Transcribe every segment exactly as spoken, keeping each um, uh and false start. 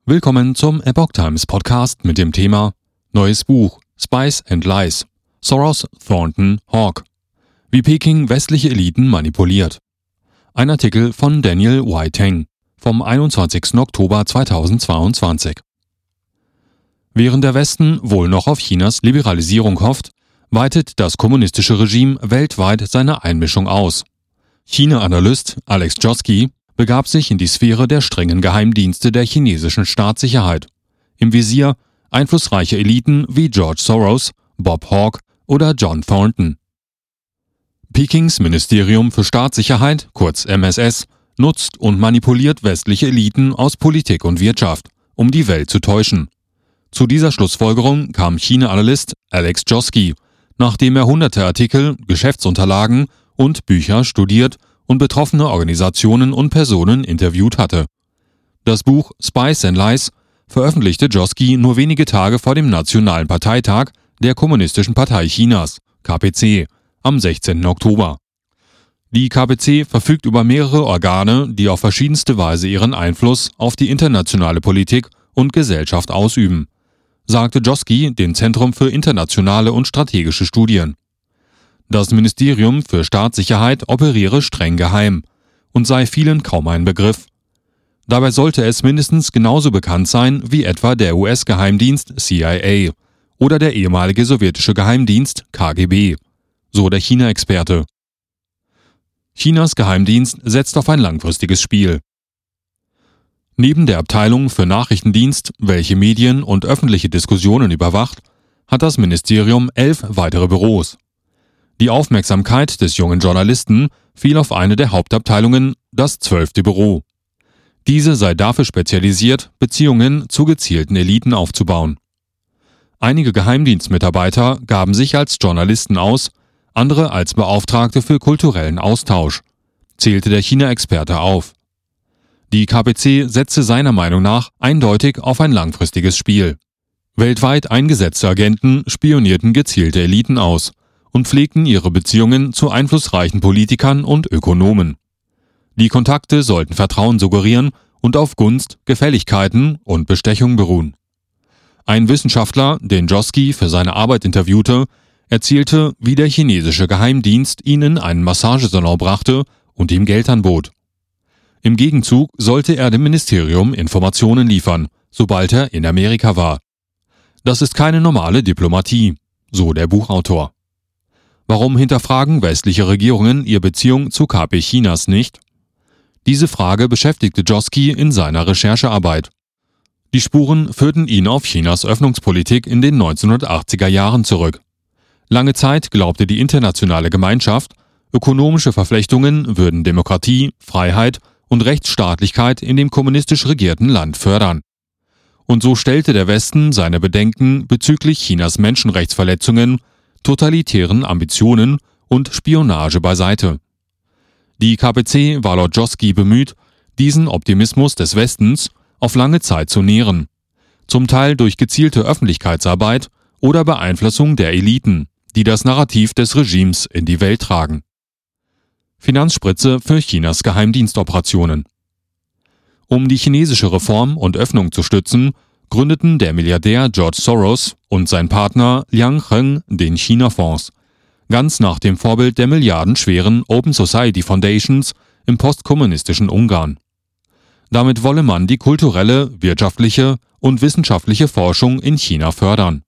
Willkommen zum Epoch Times Podcast mit dem Thema Neues Buch Spies and Lies. Soros, Thornton, Hawke. Wie Peking westliche Eliten manipuliert. Ein Artikel von Daniel Y. Teng vom einundzwanzigsten Oktober zweitausendzweiundzwanzig. Während der Westen wohl noch auf Chinas Liberalisierung hofft, weitet das kommunistische Regime weltweit seine Einmischung aus. China-Analyst Alex Joske begab sich in die Sphäre der strengen Geheimdienste der chinesischen Staatssicherheit. Im Visier einflussreiche Eliten wie George Soros, Bob Hawke oder John Thornton. Pekings Ministerium für Staatssicherheit, kurz M S S, nutzt und manipuliert westliche Eliten aus Politik und Wirtschaft, um die Welt zu täuschen. Zu dieser Schlussfolgerung kam China-Analyst Alex Joske, nachdem er hunderte Artikel, Geschäftsunterlagen und Bücher studiert und betroffene Organisationen und Personen interviewt hatte. Das Buch Spies and Lies veröffentlichte Joske nur wenige Tage vor dem Nationalen Parteitag der Kommunistischen Partei Chinas, K P C, am sechzehnten Oktober. Die K P C verfügt über mehrere Organe, die auf verschiedenste Weise ihren Einfluss auf die internationale Politik und Gesellschaft ausüben, sagte Joske dem Zentrum für internationale und strategische Studien. Das Ministerium für Staatssicherheit operiere streng geheim und sei vielen kaum ein Begriff. Dabei sollte es mindestens genauso bekannt sein wie etwa der U S-Geheimdienst C I A oder der ehemalige sowjetische Geheimdienst K G B, so der China-Experte. Chinas Geheimdienst setzt auf ein langfristiges Spiel. Neben der Abteilung für Nachrichtendienst, welche Medien und öffentliche Diskussionen überwacht, hat das Ministerium elf weitere Büros. Die Aufmerksamkeit des jungen Journalisten fiel auf eine der Hauptabteilungen, das zwölfte Büro. Diese sei dafür spezialisiert, Beziehungen zu gezielten Eliten aufzubauen. Einige Geheimdienstmitarbeiter gaben sich als Journalisten aus, andere als Beauftragte für kulturellen Austausch, zählte der China-Experte auf. Die K P C setze seiner Meinung nach eindeutig auf ein langfristiges Spiel. Weltweit eingesetzte Agenten spionierten gezielte Eliten aus und pflegten ihre Beziehungen zu einflussreichen Politikern und Ökonomen. Die Kontakte sollten Vertrauen suggerieren und auf Gunst, Gefälligkeiten und Bestechung beruhen. Ein Wissenschaftler, den Joske für seine Arbeit interviewte, erzählte, wie der chinesische Geheimdienst ihn in einen Massagesalon brachte und ihm Geld anbot. Im Gegenzug sollte er dem Ministerium Informationen liefern, sobald er in Amerika war. Das ist keine normale Diplomatie, so der Buchautor. Warum hinterfragen westliche Regierungen ihre Beziehung zu K P Chinas nicht? Diese Frage beschäftigte Joske in seiner Recherchearbeit. Die Spuren führten ihn auf Chinas Öffnungspolitik in den neunzehnhundertachtziger Jahren zurück. Lange Zeit glaubte die internationale Gemeinschaft, ökonomische Verflechtungen würden Demokratie, Freiheit und Rechtsstaatlichkeit in dem kommunistisch regierten Land fördern. Und so stellte der Westen seine Bedenken bezüglich Chinas Menschenrechtsverletzungen, totalitären Ambitionen und Spionage beiseite. Die K P C war laut Joske bemüht, diesen Optimismus des Westens auf lange Zeit zu nähren, zum Teil durch gezielte Öffentlichkeitsarbeit oder Beeinflussung der Eliten, die das Narrativ des Regimes in die Welt tragen. Finanzspritze für Chinas Geheimdienstoperationen. Um die chinesische Reform und Öffnung zu stützen, gründeten der Milliardär George Soros und sein Partner Liang Heng den China-Fonds, ganz nach dem Vorbild der milliardenschweren Open Society Foundations im postkommunistischen Ungarn. Damit wolle man die kulturelle, wirtschaftliche und wissenschaftliche Forschung in China fördern.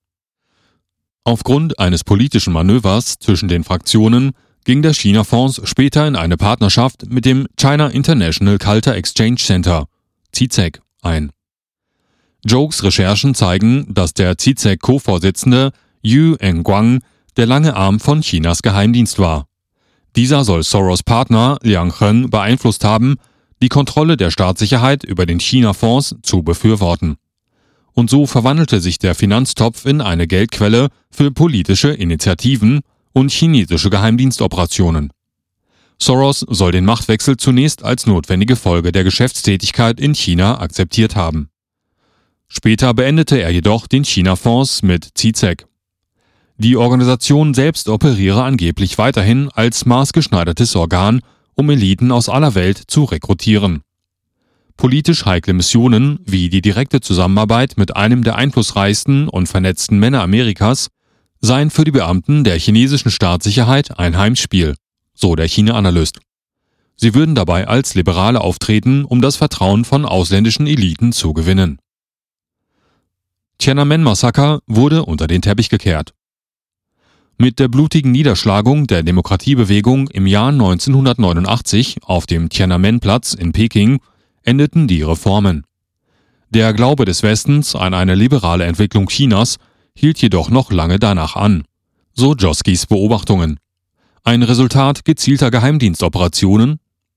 Aufgrund eines politischen Manövers zwischen den Fraktionen ging der China-Fonds später in eine Partnerschaft mit dem China International Culture Exchange Center, C I C E C, ein. Jokes Recherchen zeigen, dass der C I C E C-Co-Vorsitzende Yu Engguang der lange Arm von Chinas Geheimdienst war. Dieser soll Soros Partner Liang Heng beeinflusst haben, die Kontrolle der Staatssicherheit über den China-Fonds zu befürworten. Und so verwandelte sich der Finanztopf in eine Geldquelle für politische Initiativen und chinesische Geheimdienstoperationen. Soros soll den Machtwechsel zunächst als notwendige Folge der Geschäftstätigkeit in China akzeptiert haben. Später beendete er jedoch den China-Fonds mit C I C E C. Die Organisation selbst operiere angeblich weiterhin als maßgeschneidertes Organ, um Eliten aus aller Welt zu rekrutieren. Politisch heikle Missionen wie die direkte Zusammenarbeit mit einem der einflussreichsten und vernetzten Männer Amerikas seien für die Beamten der chinesischen Staatssicherheit ein Heimspiel, so der China-Analyst. Sie würden dabei als Liberale auftreten, um das Vertrauen von ausländischen Eliten zu gewinnen. Tiananmen-Massaker wurde unter den Teppich gekehrt. Mit der blutigen Niederschlagung der Demokratiebewegung im Jahr neunzehnhundertneunundachtzig auf dem Tiananmen-Platz in Peking endeten die Reformen. Der Glaube des Westens an eine liberale Entwicklung Chinas hielt jedoch noch lange danach an, so Joskys Beobachtungen. Ein Resultat gezielter Geheimdienstoperationen?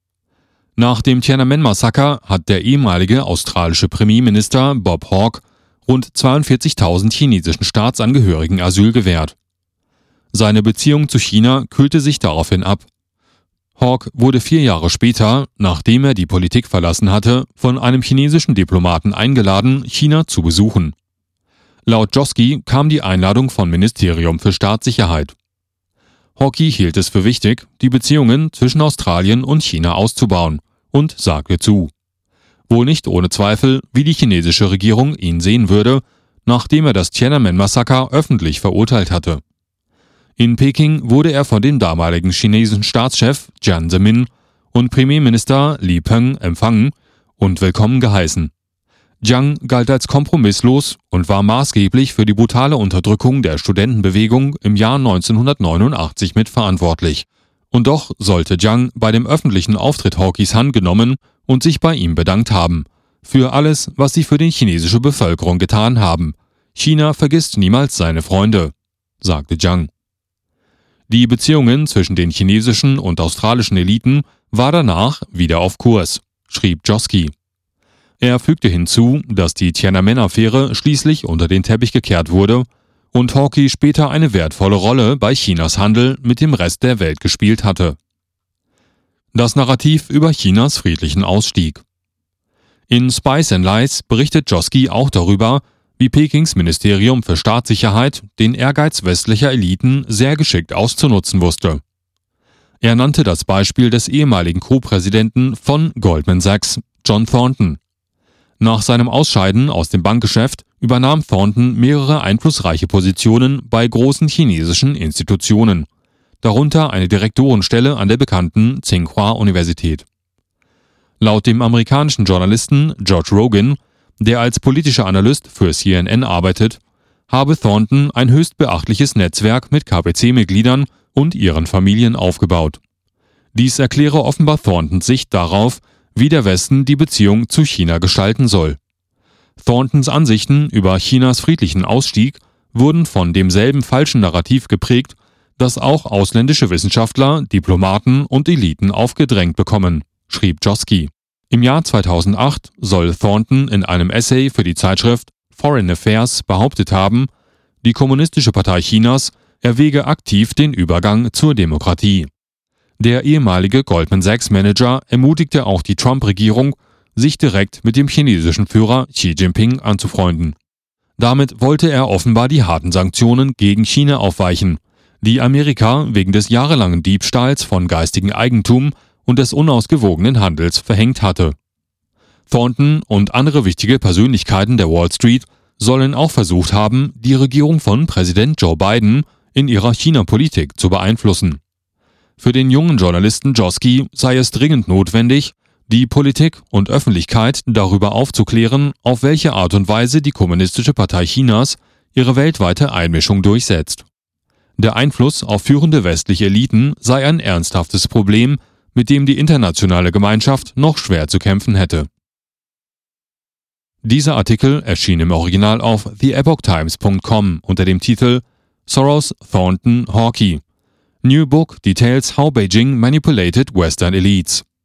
Nach dem Tiananmen-Massaker hat der ehemalige australische Premierminister Bob Hawke rund zweiundvierzigtausend chinesischen Staatsangehörigen Asyl gewährt. Seine Beziehung zu China kühlte sich daraufhin ab. Hawke wurde vier Jahre später, nachdem er die Politik verlassen hatte, von einem chinesischen Diplomaten eingeladen, China zu besuchen. Laut Josky kam die Einladung vom Ministerium für Staatssicherheit. Hawke hielt es für wichtig, die Beziehungen zwischen Australien und China auszubauen und sagte zu. Wohl nicht ohne Zweifel, wie die chinesische Regierung ihn sehen würde, nachdem er das Tiananmen-Massaker öffentlich verurteilt hatte. In Peking wurde er von dem damaligen chinesischen Staatschef Jiang Zemin und Premierminister Li Peng empfangen und willkommen geheißen. Jiang galt als kompromisslos und war maßgeblich für die brutale Unterdrückung der Studentenbewegung im Jahr neunzehnhundertneunundachtzig mitverantwortlich. Und doch sollte Jiang bei dem öffentlichen Auftritt Hawkes Hand genommen und sich bei ihm bedankt haben. Für alles, was sie für die chinesische Bevölkerung getan haben. China vergisst niemals seine Freunde, sagte Jiang. Die Beziehungen zwischen den chinesischen und australischen Eliten war danach wieder auf Kurs, schrieb Josky. Er fügte hinzu, dass die Tiananmen-Affäre schließlich unter den Teppich gekehrt wurde und Hawke später eine wertvolle Rolle bei Chinas Handel mit dem Rest der Welt gespielt hatte. Das Narrativ über Chinas friedlichen Ausstieg. In Spies and Lies berichtet Josky auch darüber, wie Pekings Ministerium für Staatssicherheit den Ehrgeiz westlicher Eliten sehr geschickt auszunutzen wusste. Er nannte das Beispiel des ehemaligen Co-Präsidenten von Goldman Sachs, John Thornton. Nach seinem Ausscheiden aus dem Bankgeschäft übernahm Thornton mehrere einflussreiche Positionen bei großen chinesischen Institutionen, darunter eine Direktorenstelle an der bekannten Tsinghua-Universität. Laut dem amerikanischen Journalisten George Rogan, der als politischer Analyst für C N N arbeitet, habe Thornton ein höchst beachtliches Netzwerk mit K P C-Mitgliedern und ihren Familien aufgebaut. Dies erkläre offenbar Thorntons Sicht darauf, wie der Westen die Beziehung zu China gestalten soll. Thorntons Ansichten über Chinas friedlichen Ausstieg wurden von demselben falschen Narrativ geprägt, das auch ausländische Wissenschaftler, Diplomaten und Eliten aufgedrängt bekommen, schrieb Josky. Im Jahr zweitausendacht soll Thornton in einem Essay für die Zeitschrift Foreign Affairs behauptet haben, die Kommunistische Partei Chinas erwäge aktiv den Übergang zur Demokratie. Der ehemalige Goldman Sachs-Manager ermutigte auch die Trump-Regierung, sich direkt mit dem chinesischen Führer Xi Jinping anzufreunden. Damit wollte er offenbar die harten Sanktionen gegen China aufweichen, die Amerika wegen des jahrelangen Diebstahls von geistigem Eigentum und des unausgewogenen Handels verhängt hatte. Thornton und andere wichtige Persönlichkeiten der Wall Street sollen auch versucht haben, die Regierung von Präsident Joe Biden in ihrer China-Politik zu beeinflussen. Für den jungen Journalisten Josky sei es dringend notwendig, die Politik und Öffentlichkeit darüber aufzuklären, auf welche Art und Weise die Kommunistische Partei Chinas ihre weltweite Einmischung durchsetzt. Der Einfluss auf führende westliche Eliten sei ein ernsthaftes Problem, mit dem die internationale Gemeinschaft noch schwer zu kämpfen hätte. Dieser Artikel erschien im Original auf the epoch times punkt com unter dem Titel Soros, Thornton, Hawke. New book details how Beijing manipulated Western elites.